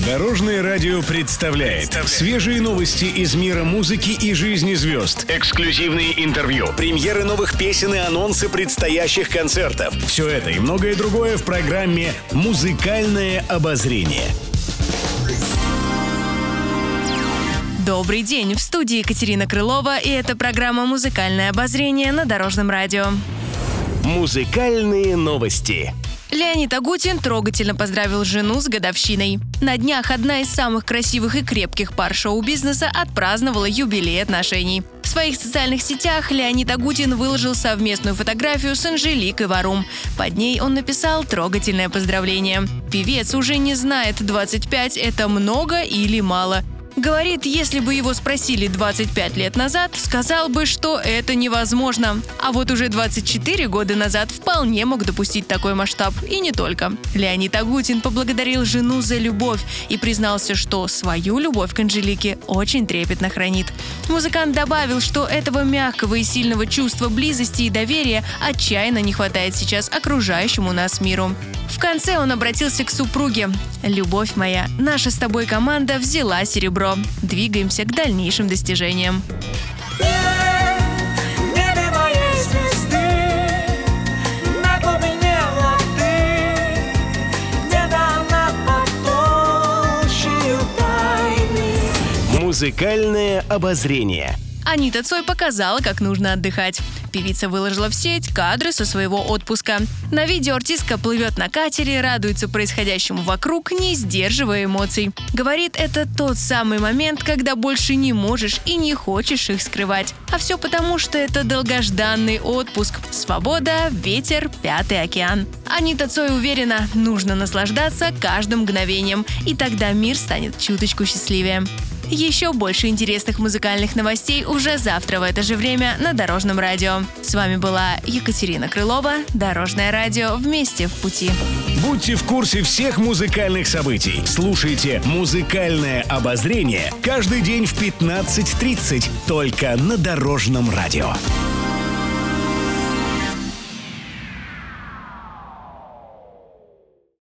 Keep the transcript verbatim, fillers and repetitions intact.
Дорожное радио представляет свежие новости из мира музыки и жизни звезд. Эксклюзивные интервью, премьеры новых песен и анонсы предстоящих концертов. Все это и многое другое в программе «Музыкальное обозрение». Добрый день, в студии Екатерина Крылова, и это программа «Музыкальное обозрение» на Дорожном радио. Музыкальные новости. Леонид Агутин трогательно поздравил жену с годовщиной. На днях одна из самых красивых и крепких пар шоу-бизнеса отпраздновала юбилей отношений. В своих социальных сетях Леонид Агутин выложил совместную фотографию с Анжеликой Варум. Под ней он написал трогательное поздравление. Певец уже не знает, двадцать пять – это много или мало. Говорит, если бы его спросили двадцать пять лет назад, сказал бы, что это невозможно. А вот уже двадцать четыре года назад вполне мог допустить такой масштаб. И не только. Леонид Агутин поблагодарил жену за любовь и признался, что свою любовь к Анжелике очень трепетно хранит. Музыкант добавил, что этого мягкого и сильного чувства близости и доверия отчаянно не хватает сейчас окружающему нас миру. В конце он обратился к супруге. «Любовь моя, наша с тобой команда взяла серебро. Двигаемся к дальнейшим достижениям». Музыкальное обозрение. Анита Цой показала, как нужно отдыхать. Певица выложила в сеть кадры со своего отпуска. На видео артистка плывет на катере, радуется происходящему вокруг, не сдерживая эмоций. Говорит, это тот самый момент, когда больше не можешь и не хочешь их скрывать. А все потому, что это долгожданный отпуск. Свобода, ветер, пятый океан. Анита Цой уверена, нужно наслаждаться каждым мгновением, и тогда мир станет чуточку счастливее. Еще больше интересных музыкальных новостей уже завтра в это же время на Дорожном радио. С вами была Екатерина Крылова, Дорожное радио, вместе в пути. Будьте в курсе всех музыкальных событий. Слушайте «Музыкальное обозрение» каждый день в пятнадцать тридцать только на Дорожном радио.